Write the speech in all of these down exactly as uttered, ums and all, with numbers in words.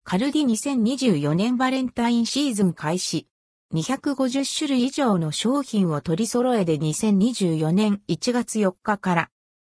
カルディにせんにじゅうよねんバレンタインシーズン開始。にひゃくごじゅっしゅるい以上の商品を取り揃えでにせんにじゅうよねんいちがつよっかから。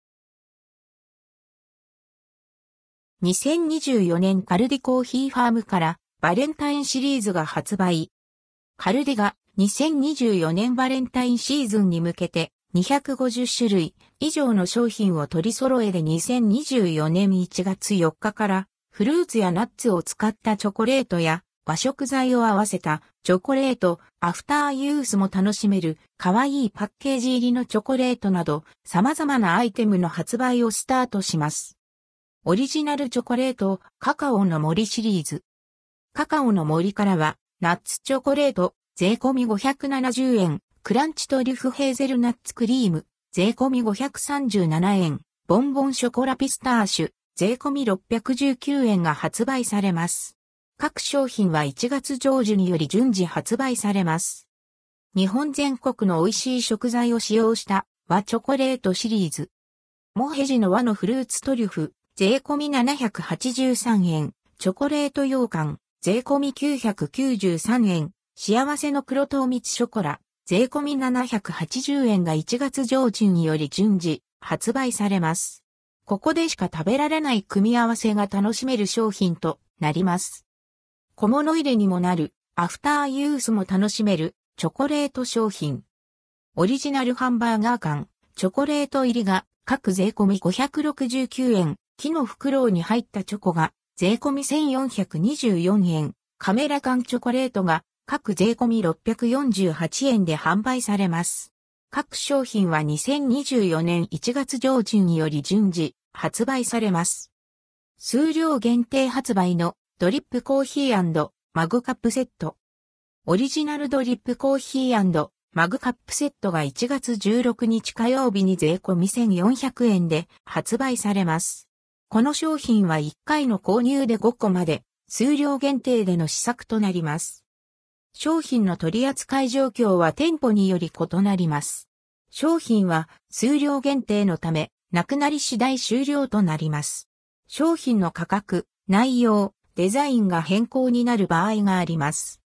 にせんにじゅうよねんカルディコーヒーファームからバレンタインシリーズが発売。カルディがにせんにじゅうよねんバレンタインシーズンに向けてにひゃくごじゅっしゅるい以上の商品を取り揃えでにせんにじゅうよねんいちがつよっかからフルーツやナッツを使ったチョコレートや和食材を合わせたチョコレート、アフターユースも楽しめる可愛いパッケージ入りのチョコレートなど様々なアイテムの発売をスタートします。オリジナルチョコレートカカオの森シリーズ。カカオの森からはナッツチョコレート税込みごひゃくななじゅうえん、クランチトリュフヘーゼルナッツクリーム税込みごひゃくさんじゅうななえん、ボンボンショコラピスターシュ税込みろっぴゃくじゅうきゅうえんが発売されます。各商品はいちがつ上旬より順次発売されます。日本全国の美味しい食材を使用した和チョコレートシリーズ。モヘジの和のフルーツトリュフ、税込みななひゃくはちじゅうさんえん。チョコレート羊羹、税込みきゅうひゃくきゅうじゅうさんえん。幸せの黒糖蜜ショコラ、税込みななひゃくはちじゅうえんがいちがつ上旬より順次発売されます。ここでしか食べられない組み合わせが楽しめる商品となります。小物入れにもなる、アフターユースも楽しめる、チョコレート商品。オリジナルハンバーガー缶、チョコレート入りが、各税込みごひゃくろくじゅうきゅうえん、木の袋に入ったチョコが、税込みせんよんひゃくにじゅうよんえん、カメラ缶チョコレートが、各税込みろっぴゃくよんじゅうはちえんで販売されます。各商品はにせんにじゅうよねんいちがつ上旬より順次、発売されます。数量限定発売の、ドリップコーヒー&マグカップセット。オリジナルドリップコーヒー&マグカップセットがいちがつじゅうろくにち火曜日に税込みせんよんひゃくえんで発売されます。この商品はいっかいの購入でごこまで数量限定での試作となります。商品の取扱い状況は店舗により異なります。商品は数量限定のためなくなり次第終了となります。商品の価格、内容、デザインが変更になる場合があります。